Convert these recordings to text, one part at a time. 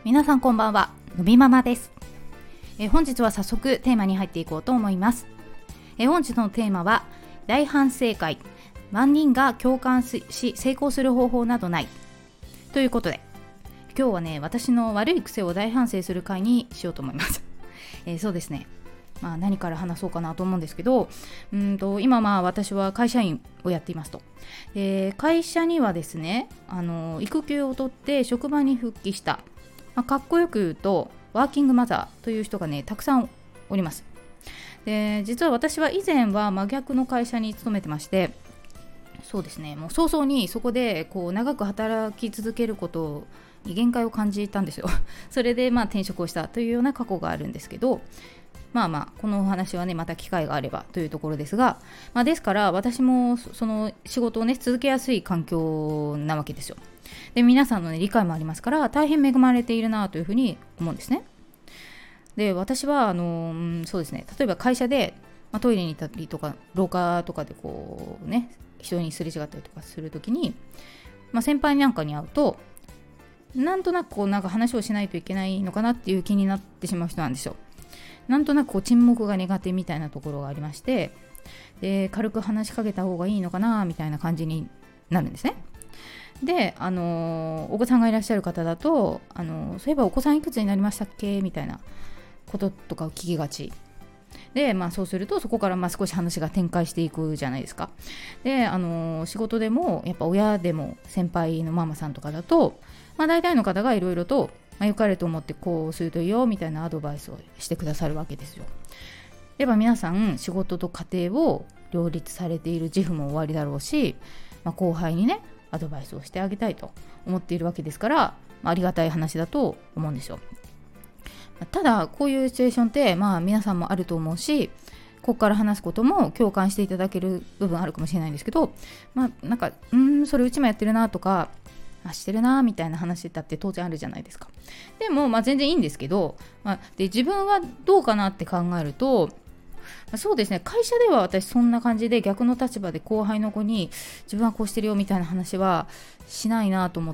皆さんこんばんは、のびママです。本日は早速テーマに入っていこうと思います。本日のテーマは大反省会、万人が共感し成功する方法などないということで、今日はね、私の悪い癖を大反省する会にしようと思います。そうですね、何から話そうかなと思うんですけど、今私は会社員をやっていますと。会社にはですね、育休を取って職場に復帰した、かっこよく言うとワーキングマザーという人がね、たくさんおります。で、実は私は以前は真逆の会社に勤めてまして、そうですね、もう早々にそこで長く働き続けることに限界を感じたんですよ。それで転職をしたというような過去があるんですけど、このお話はね、また機会があればというところですが、ですから私もその仕事をね、続けやすい環境なわけですよ。で、皆さんの、理解もありますから、大変恵まれているなというふうに思うんですね。で、私はそうですね、例えば会社で、トイレに行ったりとか廊下とかで人にすれ違ったりとかするときに、先輩なんかに会うと、なんとなく話をしないといけないのかなっていう気になってしまう人なんですよ。なんとなく沈黙が苦手みたいなところがありまして、で、軽く話しかけた方がいいのかなみたいな感じになるんですね。で、お子さんがいらっしゃる方だと、そういえばお子さんいくつになりましたっけみたいなこととかを聞きがちで、そうするとそこから少し話が展開していくじゃないですか。で、仕事でもやっぱ親でも先輩のママさんとかだと、大体の方がいろいろと、良かれと思ってこうするといいよみたいなアドバイスをしてくださるわけですよ。やっぱ皆さん仕事と家庭を両立されている自負も終わりだろうし、後輩にね、アドバイスをしてあげたいと思っているわけですから、ありがたい話だと思うんですよ。ただこういうシチュエーションって皆さんもあると思うし、ここから話すことも共感していただける部分あるかもしれないんですけど、それうちもやってるなとか、してるなみたいな話だって当然あるじゃないですか。でも全然いいんですけど、で、自分はどうかなって考えると、そうですね、会社では私そんな感じで逆の立場で後輩の子に自分はこうしてるよみたいな話はしないなと思って、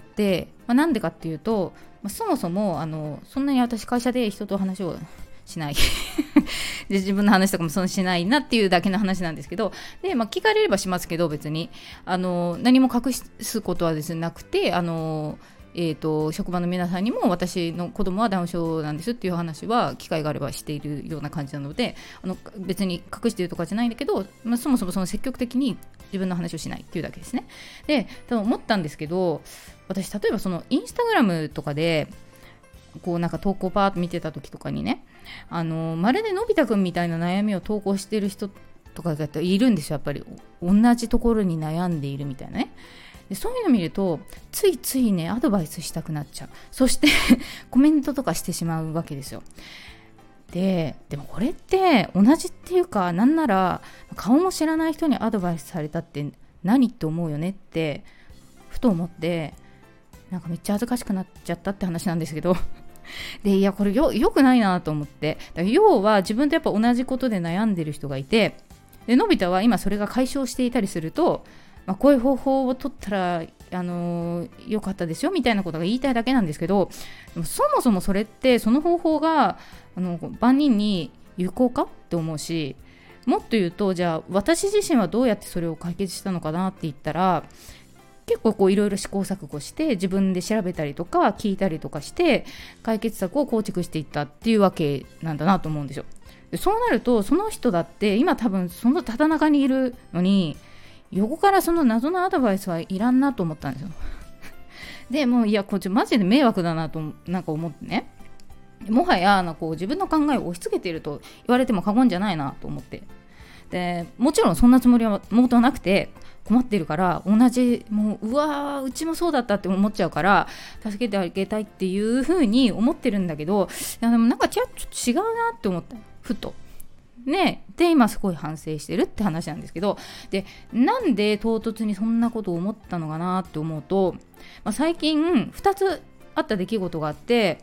なんでかっていうと、そもそもそんなに私会社で人と話をしないで、自分の話とかもそんなしないなっていうだけの話なんですけど、で、聞かれればしますけど、別に何も隠すことはですねなくて、職場の皆さんにも私の子供はダウン症なんですっていう話は機会があればしているような感じなので、別に隠しているとかじゃないんだけど、そもそもその積極的に自分の話をしないっていうだけですね。で、多分思ったんですけど、私例えばそのインスタグラムとかで投稿パーッと見てた時とかにね、まるでのび太くんみたいな悩みを投稿してる人とかがいるんですよ。やっぱり同じところに悩んでいるみたいなね。で、そういうの見るとついついね、アドバイスしたくなっちゃう。そしてコメントとかしてしまうわけですよ。でもこれって同じっていうか、なんなら顔も知らない人にアドバイスされたって何って思うよねってふと思って、めっちゃ恥ずかしくなっちゃったって話なんですけどで、いや、これよくないなと思って。だから要は自分とやっぱ同じことで悩んでる人がいて、で、のび太は今それが解消していたりすると、こういう方法を取ったら良かったですよみたいなことが言いたいだけなんですけど、でもそもそもそれってその方法が万人に有効かって思うし、もっと言うと、じゃあ私自身はどうやってそれを解決したのかなって言ったら、結構いろいろ試行錯誤して自分で調べたりとか聞いたりとかして解決策を構築していったっていうわけなんだなと思うんですよ。で、そうなるとその人だって今多分そのただ中にいるのに、横からその謎のアドバイスはいらんなと思ったんですよ。でも、いや、こっちマジで迷惑だなと思ってね、もはや自分の考えを押し付けていると言われても過言じゃないなと思って、で、もちろんそんなつもりはもとなくて、困ってるから同じ、うちもそうだったって思っちゃうから助けてあげたいっていう風に思ってるんだけど、いや、でもちょっと違うなって思った、ふとね。で、今すごい反省してるって話なんですけど、で、なんで唐突にそんなことを思ったのかなって思うと、最近2つあった出来事があって、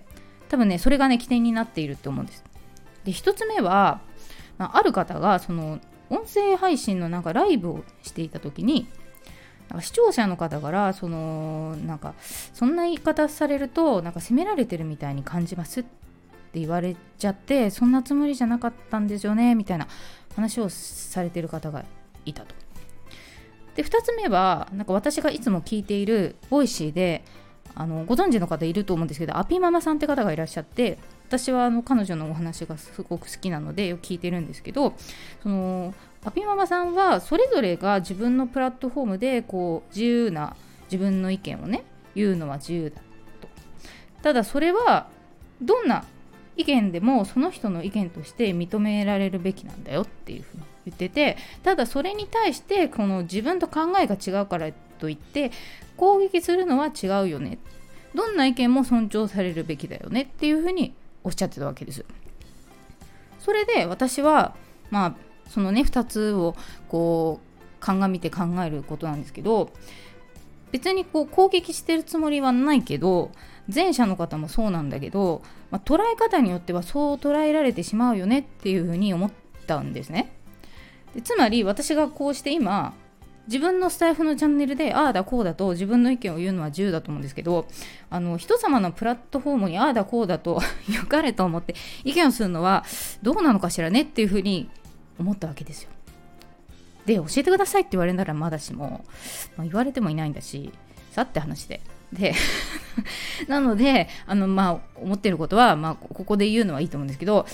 多分ね、それがね起点になっているって思うんです。で、1つ目は、ある方がその音声配信のライブをしていた時に、 なんか視聴者の方からなんかそんな言い方されるとなんか責められてるみたいに感じますって言われちゃって、そんなつもりじゃなかったんですよねみたいな話をされてる方がいたと。で2つ目はなんか私がいつも聞いているボイシーでご存知の方いると思うんですけど、アピママさんって方がいらっしゃって、私は彼女のお話がすごく好きなのでよく聞いてるんですけど、アピママさんはそれぞれが自分のプラットフォームでこう自由な自分の意見をね言うのは自由だと。ただそれはどんな意見でもその人の意見として認められるべきなんだよっていうふうに言ってて、ただそれに対してこの自分と考えが違うからといって攻撃するのは違うよね、どんな意見も尊重されるべきだよねっていうふうにおっしゃってたわけです。それで私はそのね2つをこう鑑みて考えることなんですけど、別にこう攻撃してるつもりはないけど、前者の方もそうなんだけど、捉え方によってはそう捉えられてしまうよねっていうふうに思ったんですね。でつまり私がこうして今自分のスタイフのチャンネルでああだこうだと自分の意見を言うのは自由だと思うんですけど、人様のプラットフォームにああだこうだと良かれと思って意見をするのはどうなのかしらねっていうふうに思ったわけですよ。で教えてくださいって言われたらまだしも、言われてもいないんだしさって話でなので思ってることは、ここで言うのはいいと思うんですけど、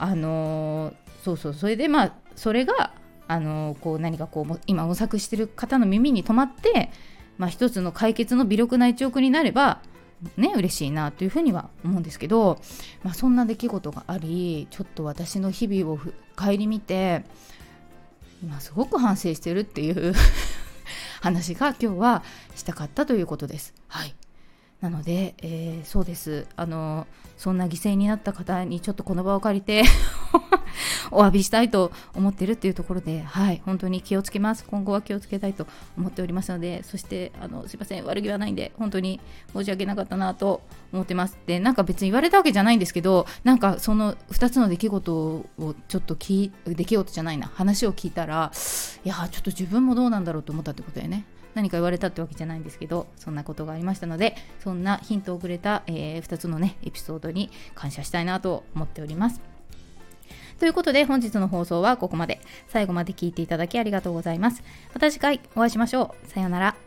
それでそれがこう何かこう今模索してる方の耳に留まって、一つの解決の微力な一億になればね嬉しいなというふうには思うんですけど、そんな出来事があり、ちょっと私の日々を顧みて今すごく反省してるっていう話が今日はしたかったということです。はい。なので、そうです。そんな犠牲になった方にちょっとこの場を借りてお詫びしたいと思っているっていうところで、はい、本当に気をつけます。今後は気をつけたいと思っておりますので、そしてすいません、悪気はないんで本当に申し訳なかったなと思ってます。で、なんか別に言われたわけじゃないんですけど、なんかその2つの出来事をちょっと出来事じゃないな、話を聞いたら、いやちょっと自分もどうなんだろうと思ったってことでね。何か言われたってわけじゃないんですけど、そんなことがありましたので、そんなヒントをくれた、2つのねエピソードに感謝したいなと思っております。ということで本日の放送はここまで。最後まで聞いていただきありがとうございます。また次回お会いしましょう。さようなら。